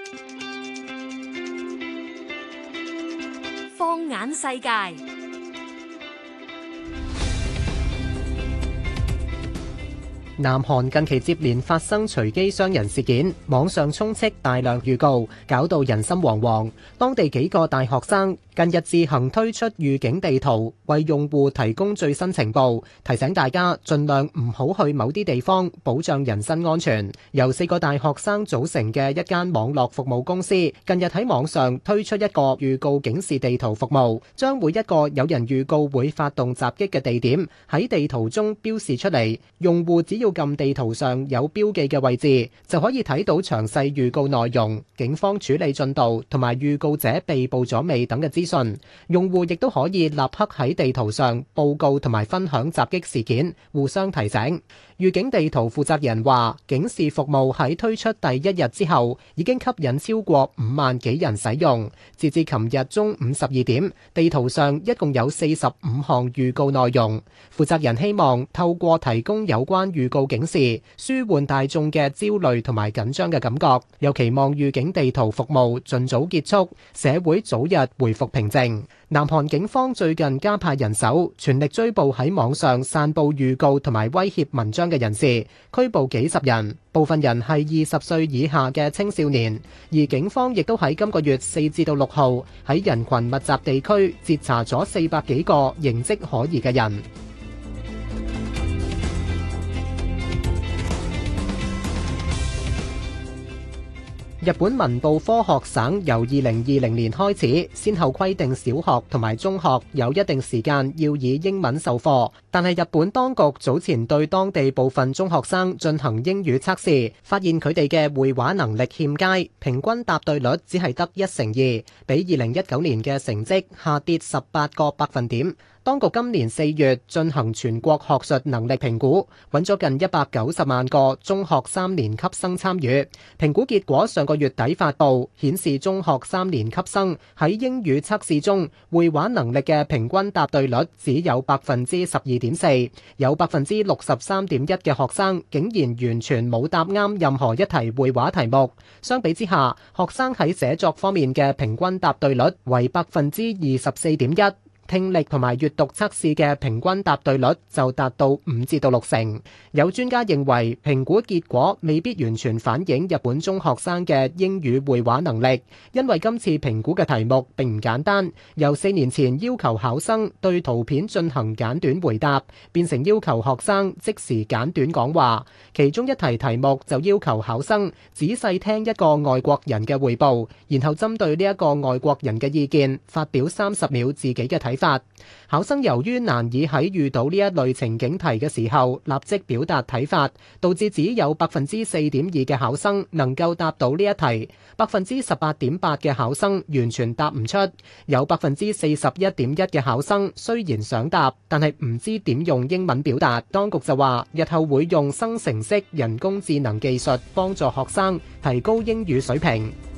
放眼世界。 南韓近期接連發生隨機傷人事件，網上充斥大量預告，搞到人心惶惶。當地幾個大學生近日自行推出預警地圖，為用戶提供最新情報，提醒大家盡量唔好去某啲地方，保障人身安全。由4個大學生組成嘅一間網絡服務公司，近日喺網上推出一個預告警示地圖服務，將每一個有人預告會發動襲擊嘅地點喺地圖中標示出嚟，用戶只要撳地圖上有標記嘅位置，就可以睇到詳細預告內容、警方處理進度同埋預告者被捕咗未等嘅資訊。用戶亦都可以立刻喺地圖上報告同埋分享襲擊事件，互相提醒。預警地圖負責人話，警示服務喺推出第一日之後，已經吸引超過5萬幾人使用。截至琴日中午12點，地圖上一共有45項預告內容。負責人希望透過提供有關預告警示，舒緩大眾嘅焦慮同埋緊張嘅感覺，又期望預警地圖服務盡早結束，社會早日回復平靜。南韓警方最近加派人手，全力追捕喺網上散佈預告同埋威脅文章嘅人士，拘捕幾十人，部分人係20歲以下嘅青少年。而警方亦都喺今個月4至6號喺人群密集地區截查咗400幾個形跡可疑嘅人。日本文部科學省由2020年開始，先後規定小學同埋中學有一定時間要以英文授課，但係日本當局早前對當地部分中學生進行英語測試，發現佢哋嘅會話能力欠佳，平均答對率只係得2%，比2019年嘅成績下跌18個百分點。當局今年4月進行全國學術能力評估，揾咗近190萬個中學3年級生參與。評估結果上個月底發布，顯示中學3年級生喺英語測試中會話能力嘅平均答對率只有12.4%，有63.1%嘅學生竟然完全冇答啱任何一題會話題目。相比之下，學生喺寫作方面嘅平均答對率為24.1%。聽力同埋閱讀測試嘅平均答對率就達到5至6成。有專家認為評估結果未必完全反映日本中學生嘅英語會話能力，因為今次評估嘅題目並唔簡單，由4年前要求考生對圖片進行簡短回答，變成要求學生即時簡短講話。其中一題題目就要求考生仔細聽一個外國人嘅彙報，然後針對呢一個外國人嘅意見發表30秒自己嘅睇法。考生由於難以喺遇到呢一類情景題嘅時候立即表達睇法，導致只有4.2%嘅考生能夠答到呢一題，18.8%嘅考生完全答唔出，有41.1%嘅考生雖然想答，但係唔知點用英文表達。當局就話，日後會用生成式人工智能技術幫助學生提高英語水平。